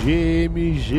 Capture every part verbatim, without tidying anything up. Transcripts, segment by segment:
G M, G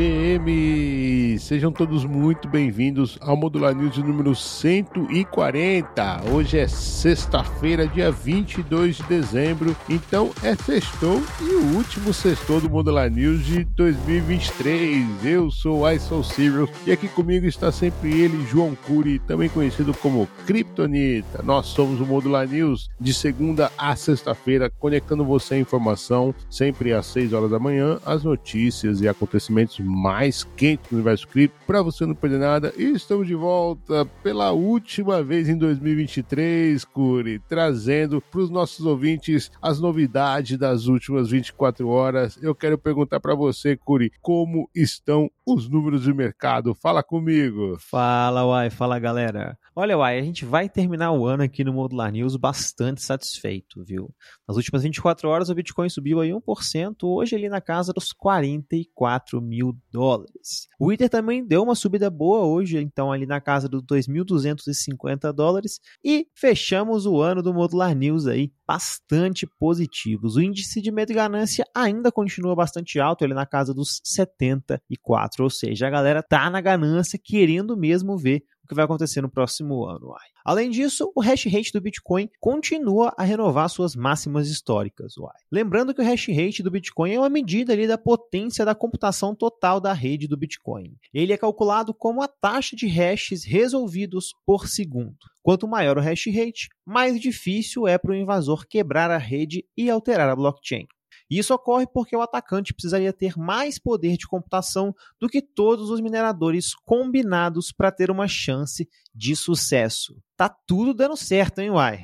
M! Sejam todos muito bem-vindos ao Modular News número cento e quarenta. Hoje é sexta-feira, dia vinte e dois de dezembro, então é sextou e o último sextou do Modular News de dois mil e vinte e três. Eu sou o iSoulCyriel e aqui comigo está sempre ele, João Cury, também conhecido como Kryptonita. Nós somos o Modular News de segunda a sexta-feira, conectando você à informação, sempre às seis horas da manhã, as notícias e acontecimentos mais quentes do universo cripto, para você não perder nada. E estamos de volta pela última vez em dois mil e vinte e três, Cury, trazendo para os nossos ouvintes as novidades das últimas vinte e quatro horas. Eu quero perguntar para você, Cury, como estão os números de mercado? Fala comigo. Fala, Uai, fala, galera. Olha, Uai, a gente vai terminar o ano aqui no Modular News bastante satisfeito, viu? Nas últimas vinte e quatro horas o Bitcoin subiu aí um por cento, hoje ali na casa dos quarenta e quatro mil dólares. O Ether também deu uma subida boa hoje, então ali na casa dos dois mil duzentos e cinquenta dólares, e fechamos o ano do Modular News aí bastante positivos. O índice de medo e ganância ainda continua bastante alto, ali na casa dos setenta e quatro, ou seja, a galera tá na ganância querendo mesmo ver o que vai acontecer no próximo ano. Uai. Além disso, o hash rate do Bitcoin continua a renovar suas máximas históricas. Uai. Lembrando que o hash rate do Bitcoin é uma medida ali da potência da computação total da rede do Bitcoin. Ele é calculado como a taxa de hashes resolvidos por segundo. Quanto maior o hash rate, mais difícil é para o invasor quebrar a rede e alterar a blockchain. Isso ocorre porque o atacante precisaria ter mais poder de computação do que todos os mineradores combinados para ter uma chance de sucesso. Tá tudo dando certo, hein, Uai?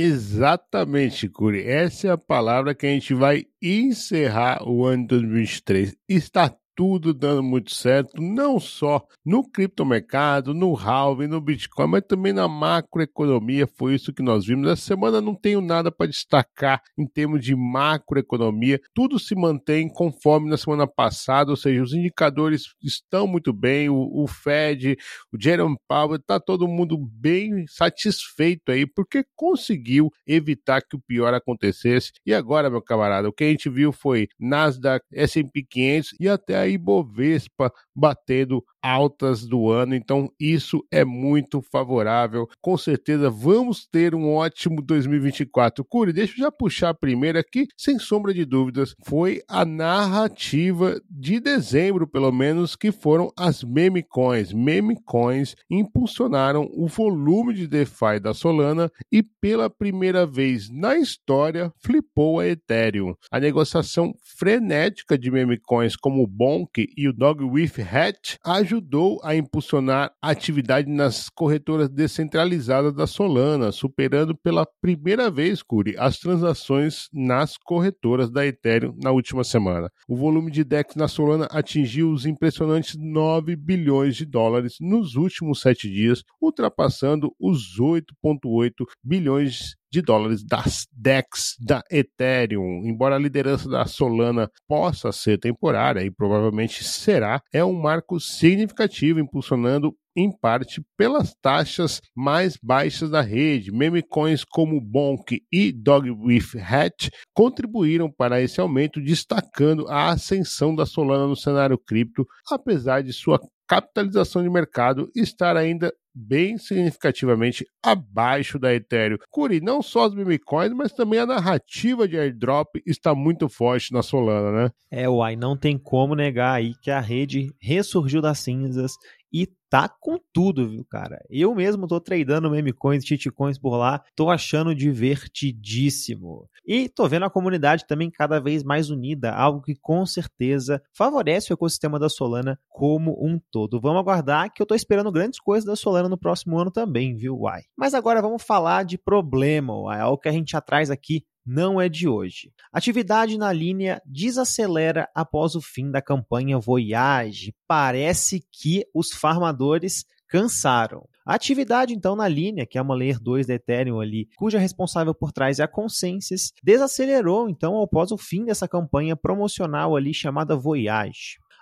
Exatamente, Cury. Essa é a palavra que a gente vai encerrar o ano de dois mil e vinte e três. Está tudo dando muito certo, não só no criptomercado, no halving, no Bitcoin, mas também na macroeconomia. Foi isso que nós vimos. Essa semana não tenho nada para destacar em termos de macroeconomia. Tudo se mantém conforme na semana passada, ou seja, os indicadores estão muito bem, o, o Fed, o Jerome Powell, está todo mundo bem satisfeito aí, porque conseguiu evitar que o pior acontecesse. E agora, meu camarada, o que a gente viu foi Nasdaq, S and P quinhentos e até a Ibovespa batendo altas do ano, então isso é muito favorável. Com certeza vamos ter um ótimo dois mil e vinte e quatro. Cury, deixa eu já puxar a primeira aqui, sem sombra de dúvidas, foi a narrativa de dezembro, pelo menos, que foram as meme coins. Meme coins impulsionaram o volume de DeFi da Solana e pela primeira vez na história flipou a Ethereum. A negociação frenética de meme coins como o Bonk e o Dog with Hat ajudou a impulsionar a atividade nas corretoras descentralizadas da Solana, superando pela primeira vez, Cury, as transações nas corretoras da Ethereum na última semana. O volume de D E X na Solana atingiu os impressionantes nove bilhões de dólares nos últimos sete dias, ultrapassando os oito vírgula oito bilhões de dólares das D E X da Ethereum. Embora a liderança da Solana possa ser temporária, e provavelmente será, é um marco significativo, impulsionando em parte pelas taxas mais baixas da rede. Meme coins como Bonk e Dog with Hat contribuíram para esse aumento, destacando a ascensão da Solana no cenário cripto, apesar de sua capitalização de mercado estar ainda bem significativamente abaixo da Ethereum. Cury, não só as meme coins, mas também a narrativa de airdrop está muito forte na Solana, né? É, Uai, não tem como negar aí que a rede ressurgiu das cinzas e tá com tudo, viu, cara? Eu mesmo tô tradando meme coins, shitcoins por lá, tô achando divertidíssimo. E tô vendo a comunidade também cada vez mais unida, algo que com certeza favorece o ecossistema da Solana como um todo. Vamos aguardar que eu tô esperando grandes coisas da Solana no próximo ano também, viu, Uai? Mas agora vamos falar de problema, Uai, algo que a gente já traz aqui não é de hoje. Atividade na linha desacelera após o fim da campanha Voyage. Parece que os farmadores cansaram. A atividade, então, na linha, que é uma Layer dois da Ethereum ali, cuja responsável por trás é a Consensus, desacelerou, então, após o fim dessa campanha promocional ali chamada Voyage.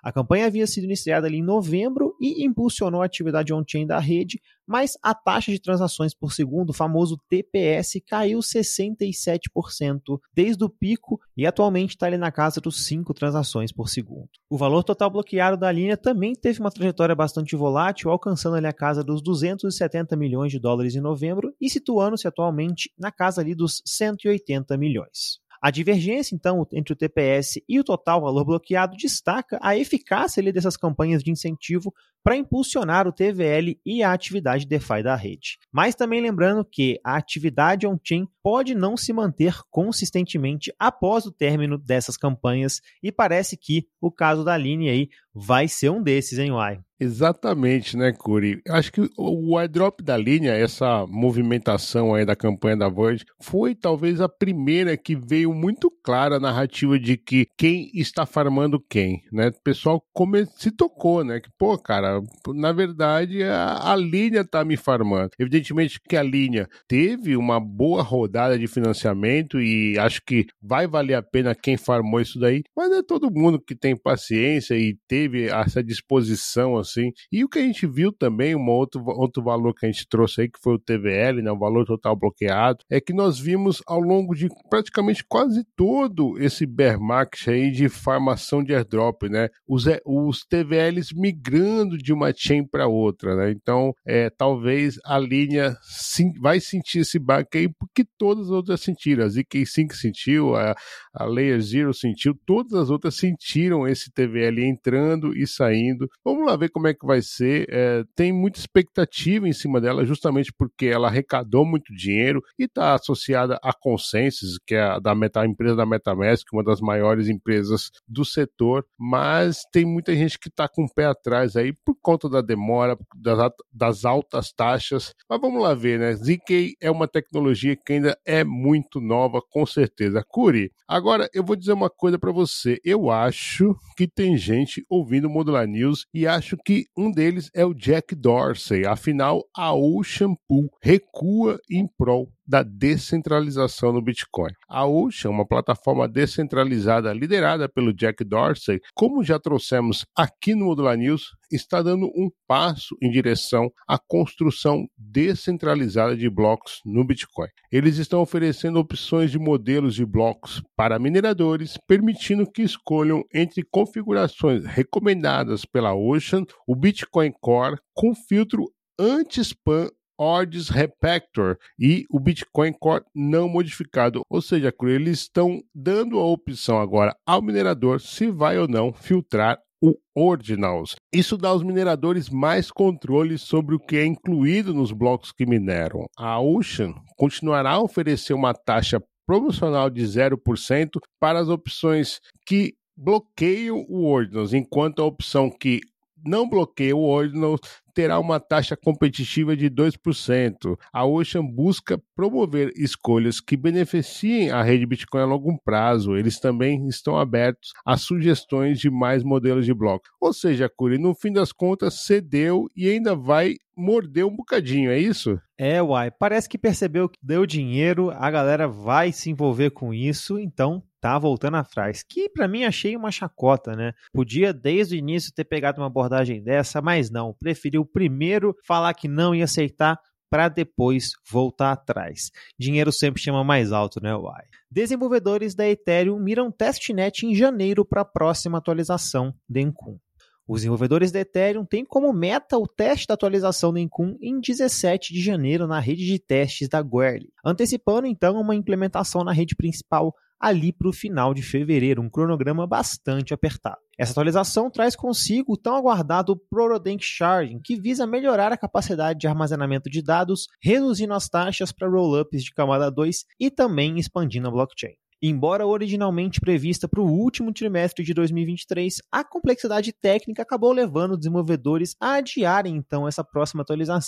A campanha havia sido iniciada ali em novembro e impulsionou a atividade on-chain da rede, mas a taxa de transações por segundo, o famoso T P S, caiu sessenta e sete por cento desde o pico e atualmente está ali na casa dos cinco transações por segundo. O valor total bloqueado da linha também teve uma trajetória bastante volátil, alcançando ali a casa dos duzentos e setenta milhões de dólares em novembro e situando-se atualmente na casa ali dos cento e oitenta milhões. A divergência, então, entre o T P S e o total valor bloqueado destaca a eficácia ali dessas campanhas de incentivo para impulsionar o T V L e a atividade DeFi da rede. Mas também lembrando que a atividade on-chain pode não se manter consistentemente após o término dessas campanhas e parece que o caso da Aline aí vai ser um desses, hein, Uai? Exatamente, né, Curi? Acho que o airdrop da linha, essa movimentação aí da campanha da Verge, foi talvez a primeira que veio muito clara a narrativa de que quem está farmando quem, né? O pessoal come... se tocou, né? Que, pô, cara, na verdade a, a linha tá me farmando. Evidentemente que a linha teve uma boa rodada de financiamento e acho que vai valer a pena quem farmou isso daí, mas é todo mundo que tem paciência e teve essa disposição assim. E o que a gente viu também, um outro, outro valor que a gente trouxe aí, que foi o T V L, né, o valor total bloqueado, é que nós vimos ao longo de praticamente quase todo esse bear market aí de farmação de airdrop, né, os, os T V Ls migrando de uma chain para outra, né, então é, talvez a linha sim, vai sentir esse baque aí, porque todas as outras sentiram, a Z K cinco sentiu, a, a Layer Zero sentiu, todas as outras sentiram esse T V L entrando e saindo. Vamos lá ver como é que vai ser, é, tem muita expectativa em cima dela, justamente porque ela arrecadou muito dinheiro e está associada a Consensus, que é a, da meta, a empresa da MetaMask, uma das maiores empresas do setor, mas tem muita gente que está com o pé atrás aí por conta da demora, das, das altas taxas, mas vamos lá ver, né? Z K é uma tecnologia que ainda é muito nova, com certeza. Curi, agora eu vou dizer uma coisa para você, eu acho que tem gente ouvindo o Modular News e acho que um deles é o Jack Dorsey. Afinal, a Ocean Pool recua em prol da descentralização no Bitcoin. A Ocean, uma plataforma descentralizada liderada pelo Jack Dorsey, como já trouxemos aqui no Modular News, está dando um passo em direção à construção descentralizada de blocos no Bitcoin. Eles estão oferecendo opções de modelos de blocos para mineradores, permitindo que escolham entre configurações recomendadas pela Ocean, o Bitcoin Core com filtro anti-spam Orders Refactor e o Bitcoin Core não modificado, ou seja, eles estão dando a opção agora ao minerador se vai ou não filtrar o Ordinals. Isso dá aos mineradores mais controle sobre o que é incluído nos blocos que mineram. A Ocean continuará a oferecer uma taxa promocional de zero por cento para as opções que bloqueiam o Ordinals, enquanto a opção que não bloqueia o Ordinals terá uma taxa competitiva de dois por cento. A Ocean busca promover escolhas que beneficiem a rede Bitcoin a longo prazo. Eles também estão abertos a sugestões de mais modelos de bloco. Ou seja, Curi, no fim das contas, cedeu e ainda vai morder um bocadinho, é isso? É, uai, parece que percebeu que deu dinheiro, a galera vai se envolver com isso, então tá voltando atrás, que pra mim achei uma chacota, né? Podia desde o início ter pegado uma abordagem dessa, mas não, preferiu primeiro falar que não ia aceitar para depois voltar atrás. Dinheiro sempre chama mais alto, né, uai? Desenvolvedores da Ethereum miram testnet em janeiro para a próxima atualização da Encum. Os desenvolvedores da Ethereum têm como meta o teste da atualização da Encum em dezessete de janeiro na rede de testes da Goerli, antecipando então uma implementação na rede principal ali para o final de fevereiro, um cronograma bastante apertado. Essa atualização traz consigo o tão aguardado Prorodank Sharding, que visa melhorar a capacidade de armazenamento de dados, reduzindo as taxas para rollups de camada dois e também expandindo a blockchain. Embora originalmente prevista para o último trimestre de dois mil e vinte e três, a complexidade técnica acabou levando os desenvolvedores a adiarem então essa próxima atualização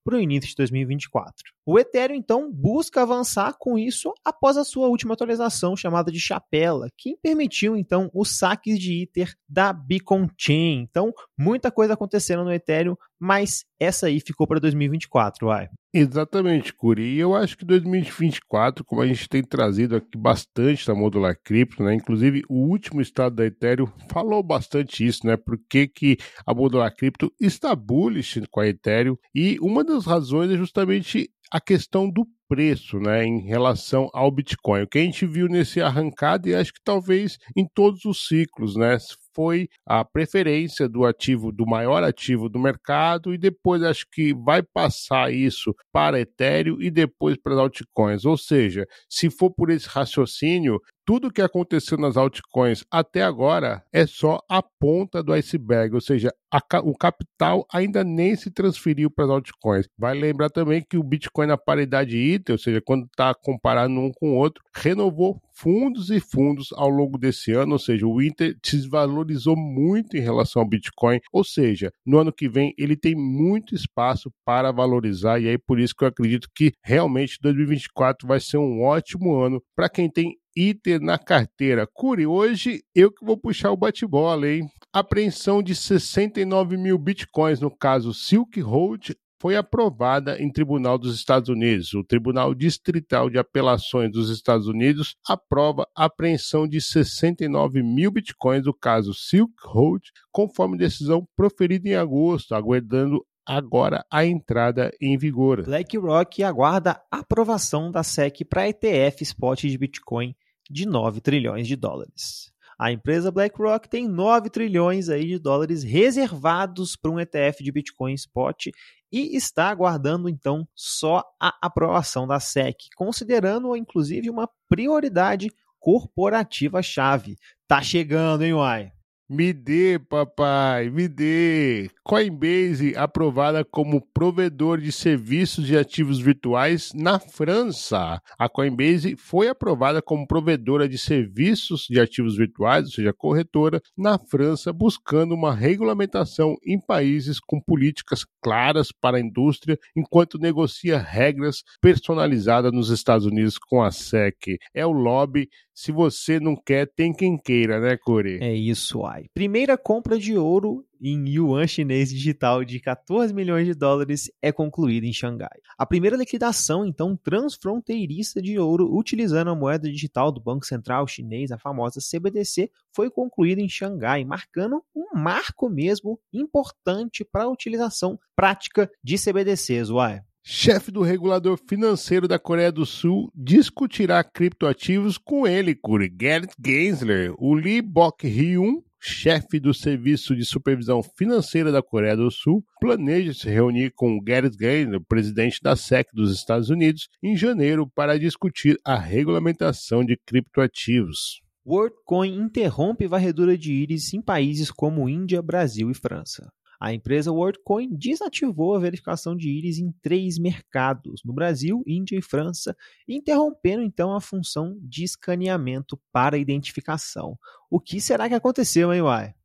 para o início de dois mil e vinte e quatro. O Ethereum, então, busca avançar com isso após a sua última atualização, chamada de Chapela, que permitiu, então, os saques de Ether da Beacon Chain. Então, muita coisa acontecendo no Ethereum, mas essa aí ficou para dois mil e vinte e quatro, vai. Exatamente, Curi. E eu acho que dois mil e vinte e quatro, como a gente tem trazido aqui bastante da Modular Crypto, né? Inclusive o último estado da Ethereum falou bastante isso, né? Por que que a Modular Crypto está bullish com a Ethereum, e uma das razões é justamente a questão do preço, né, em relação ao Bitcoin. O que a gente viu nesse arrancado, e acho que talvez em todos os ciclos, né, foi a preferência do ativo, do maior ativo do mercado, e depois acho que vai passar isso para Ethereum e depois para as altcoins. Ou seja, se for por esse raciocínio, tudo que aconteceu nas altcoins até agora é só a ponta do iceberg, ou seja, a, o capital ainda nem se transferiu para as altcoins. Vai lembrar também que o Bitcoin na paridade Ether, ou seja, quando está comparando um com o outro, renovou fundos e fundos ao longo desse ano, ou seja, o Ether se desvalorizou muito em relação ao Bitcoin, ou seja, no ano que vem ele tem muito espaço para valorizar, e aí por isso que eu acredito que realmente dois mil e vinte e quatro vai ser um ótimo ano para quem tem Ether na carteira. Curi, hoje eu que vou puxar o bate-bola, hein? Apreensão de sessenta e nove mil bitcoins, no caso Silk Road, foi aprovada em tribunal dos Estados Unidos. O Tribunal Distrital de Apelações dos Estados Unidos aprova a apreensão de sessenta e nove mil bitcoins do caso Silk Road, conforme decisão proferida em agosto, aguardando agora a entrada em vigor. BlackRock aguarda a aprovação da S E C para E T F spot de Bitcoin de nove trilhões de dólares. A empresa BlackRock tem nove trilhões aí de dólares reservados para um E T F de Bitcoin spot e está aguardando então só a aprovação da S E C, considerando inclusive uma prioridade corporativa-chave. Tá chegando, hein, Uai? Me dê, papai, me dê. Coinbase aprovada como provedor de serviços de ativos virtuais na França. A Coinbase foi aprovada como provedora de serviços de ativos virtuais, ou seja, corretora, na França, buscando uma regulamentação em países com políticas claras para a indústria, enquanto negocia regras personalizadas nos Estados Unidos com a S E C. É o lobby. Se você não quer, tem quem queira, né, Curi? É isso, ai. Primeira compra de ouro em yuan chinês digital de quatorze milhões de dólares é concluída em Xangai. A primeira liquidação, então, transfronteiriça de ouro utilizando a moeda digital do Banco Central Chinês, a famosa C B D C, foi concluída em Xangai, marcando um marco mesmo importante para a utilização prática de C B D Cs, uai. Chefe do regulador financeiro da Coreia do Sul discutirá criptoativos com ele, Curi. Garrett Gensler. O Lee Bok-hyun, chefe do Serviço de Supervisão Financeira da Coreia do Sul, planeja se reunir com Garrett Gensler, presidente da S E C dos Estados Unidos, em janeiro para discutir a regulamentação de criptoativos. WorldCoin interrompe varredura de íris em países como Índia, Brasil e França. A empresa WorldCoin desativou a verificação de íris em três mercados, no Brasil, Índia e França, interrompendo então a função de escaneamento para identificação. O que será que aconteceu, hein, Uai?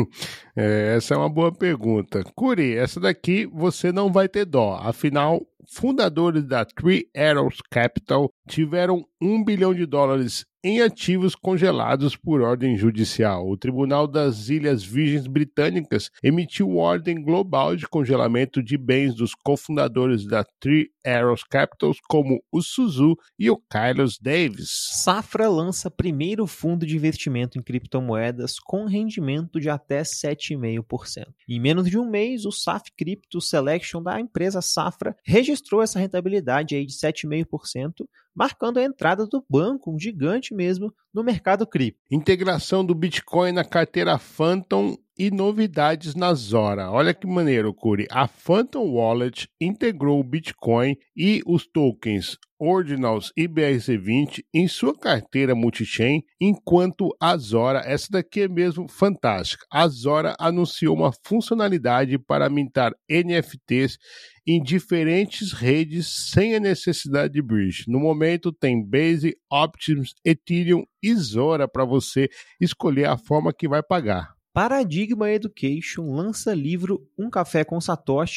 É, essa é uma boa pergunta. Curi, essa daqui você não vai ter dó. Afinal, fundadores da Three Arrows Capital tiveram um bilhão de dólares em ativos congelados por ordem judicial. O Tribunal das Ilhas Virgens Britânicas emitiu ordem global de congelamento de bens dos cofundadores da Three Arrows Capital, como o Suzu e o Carlos Davis. Safra lança primeiro fundo de investimento em criptomoedas com rendimento de até sete vírgula cinco por cento. Em menos de um mês, o S A F Crypto Selection da empresa Safra registrou essa rentabilidade aí de sete vírgula cinco por cento, marcando a entrada do banco, um gigante mesmo, no mercado cripto. Integração do Bitcoin na carteira Phantom e novidades na Zora. Olha que maneiro, Curi. A Phantom Wallet integrou o Bitcoin e os tokens Ordinals e B R C vinte em sua carteira multichain, enquanto a Zora, essa daqui é mesmo fantástica. A Zora anunciou uma funcionalidade para mintar N F Ts em diferentes redes sem a necessidade de bridge. No momento tem Base, Optimus, Ethereum e Zora para você escolher a forma que vai pagar. Paradigma Education lança livro Um Café com Satoshi como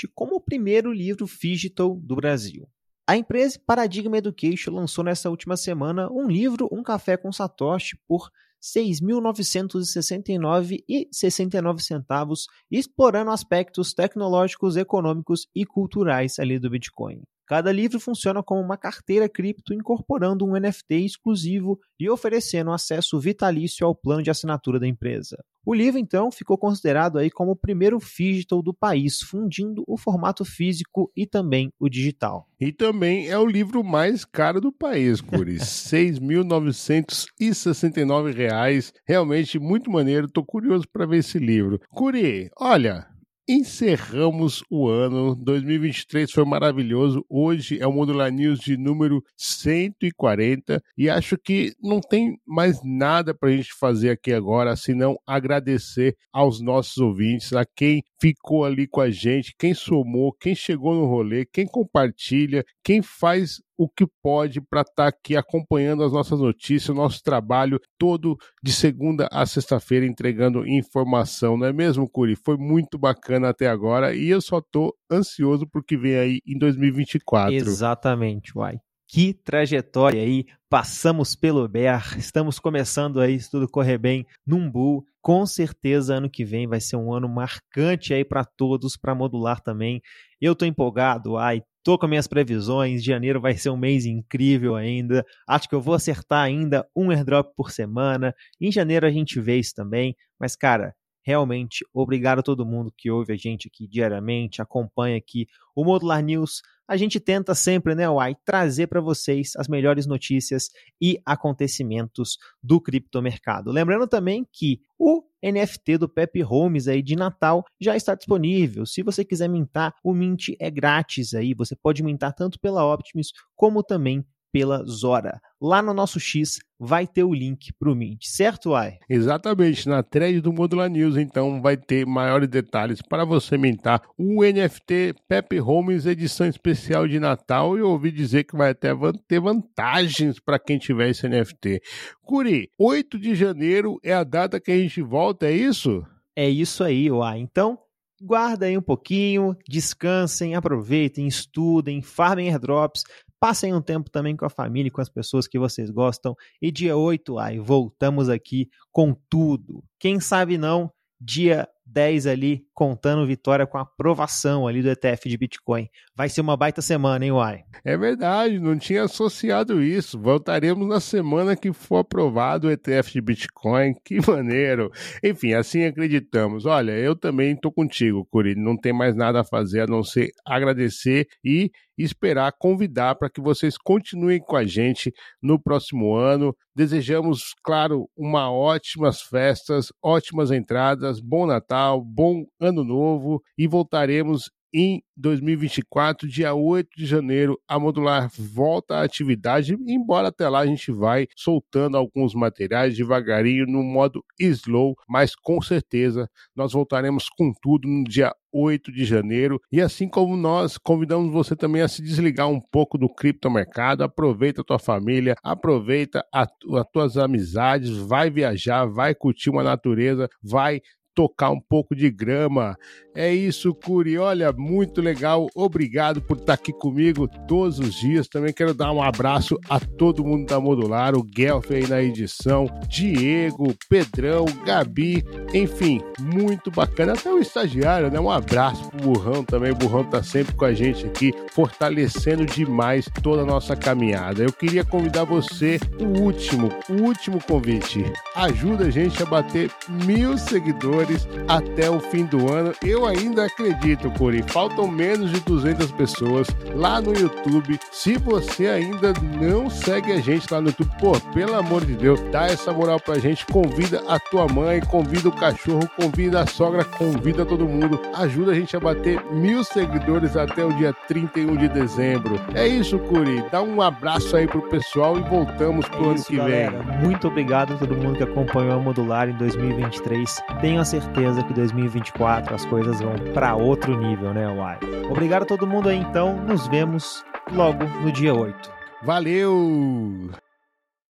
primeiro livro digital do Brasil. A empresa Paradigm Education lançou nessa última semana um livro, Um Café com Satoshi, por seis mil novecentos e sessenta e nove reais e sessenta e nove centavos, explorando aspectos tecnológicos, econômicos e culturais ali do Bitcoin. Cada livro funciona como uma carteira cripto, incorporando um N F T exclusivo e oferecendo acesso vitalício ao plano de assinatura da empresa. O livro, então, ficou considerado aí como o primeiro digital do país, fundindo o formato físico e também o digital. E também é o livro mais caro do país, Curi. seis mil novecentos e sessenta e nove reais. Realmente muito maneiro. Tô curioso para ver esse livro. Curi, olha... encerramos o ano, dois mil e vinte e três foi maravilhoso, hoje é o Modular News de número cento e quarenta e acho que não tem mais nada para a gente fazer aqui agora, senão agradecer aos nossos ouvintes, a quem ficou ali com a gente, quem somou, quem chegou no rolê, quem compartilha, quem faz o que pode para estar aqui acompanhando as nossas notícias, o nosso trabalho todo de segunda a sexta-feira entregando informação, não é mesmo, Curi? Foi muito bacana até agora e eu só estou ansioso por que vem aí em dois mil e vinte e quatro. Exatamente, uai. Que trajetória aí, passamos pelo Bear, estamos começando aí, se tudo correr bem, num Bull. Com certeza ano que vem vai ser um ano marcante aí para todos, para Modular também. Eu tô empolgado, ai, tô com minhas previsões, janeiro vai ser um mês incrível ainda, acho que eu vou acertar ainda um airdrop por semana, em janeiro a gente vê isso também, mas cara, realmente, obrigado a todo mundo que ouve a gente aqui diariamente, acompanha aqui o Modular News. A gente tenta sempre, né, Uai, trazer para vocês as melhores notícias e acontecimentos do criptomercado. Lembrando também que o N F T do Pepe Holmes aí de Natal já está disponível. Se você quiser mintar, o mint é grátis aí. Você pode mintar tanto pela Optimus como também pela Zora. Lá no nosso X vai ter o link para o Mint, certo, Uai? Exatamente, na thread do Modular News, então vai ter maiores detalhes para você mintar o N F T Pepe Holmes edição especial de Natal e eu ouvi dizer que vai até ter vantagens para quem tiver esse N F T. Curi, oito de janeiro é a data que a gente volta, é isso? É isso aí, Uai. Então, guarda aí um pouquinho, descansem, aproveitem, estudem, farmem airdrops, passem um tempo também com a família e com as pessoas que vocês gostam. E dia oito, ai, voltamos aqui com tudo. Quem sabe não, dia dez ali, contando vitória com a aprovação ali do E T F de Bitcoin. Vai ser uma baita semana, hein, Uai? É verdade, não tinha associado isso. Voltaremos na semana que for aprovado o E T F de Bitcoin. Que maneiro. Enfim, assim acreditamos. Olha, eu também estou contigo, Curi. Não tem mais nada a fazer a não ser agradecer e esperar, convidar para que vocês continuem com a gente no próximo ano. Desejamos, claro, uma ótimas festas, ótimas entradas, bom Natal, bom Ano Novo e voltaremos em dois mil e vinte e quatro, dia oito de janeiro, a Modular volta à atividade, embora até lá a gente vai soltando alguns materiais devagarinho no modo slow, mas com certeza nós voltaremos com tudo no dia oito de janeiro, e assim como nós convidamos você também a se desligar um pouco do criptomercado, aproveita a tua família, aproveita a, as tuas amizades, vai viajar, vai curtir uma natureza, vai tocar um pouco de grama. É isso, Curi. Olha, muito legal. Obrigado por estar aqui comigo todos os dias. Também quero dar um abraço a todo mundo da Modular, o Guelph aí na edição, Diego, Pedrão, Gabi, enfim, muito bacana. Até o estagiário, né? Um abraço pro Burrão também. O Burrão tá sempre com a gente aqui, fortalecendo demais toda a nossa caminhada. Eu queria convidar você, o último, o último convite. Ajuda a gente a bater mil seguidores até o fim do ano. Eu ainda acredito, Curi, faltam menos de duzentas pessoas lá no YouTube. Se você ainda não segue a gente lá no YouTube, pô, pelo amor de Deus, dá essa moral pra gente, convida a tua mãe, convida o cachorro, convida a sogra, convida todo mundo, ajuda a gente a bater mil seguidores até o dia trinta e um de dezembro. É isso, Curi, dá um abraço aí pro pessoal e voltamos pro é ano isso, que galera. vem. Muito obrigado a todo mundo que acompanhou a Modular em dois mil e vinte e três. Tenho a certeza que em dois mil e vinte e quatro as coisas vão para outro nível, né, Uai? Obrigado a todo mundo aí, então. Nos vemos logo no dia oito. Valeu!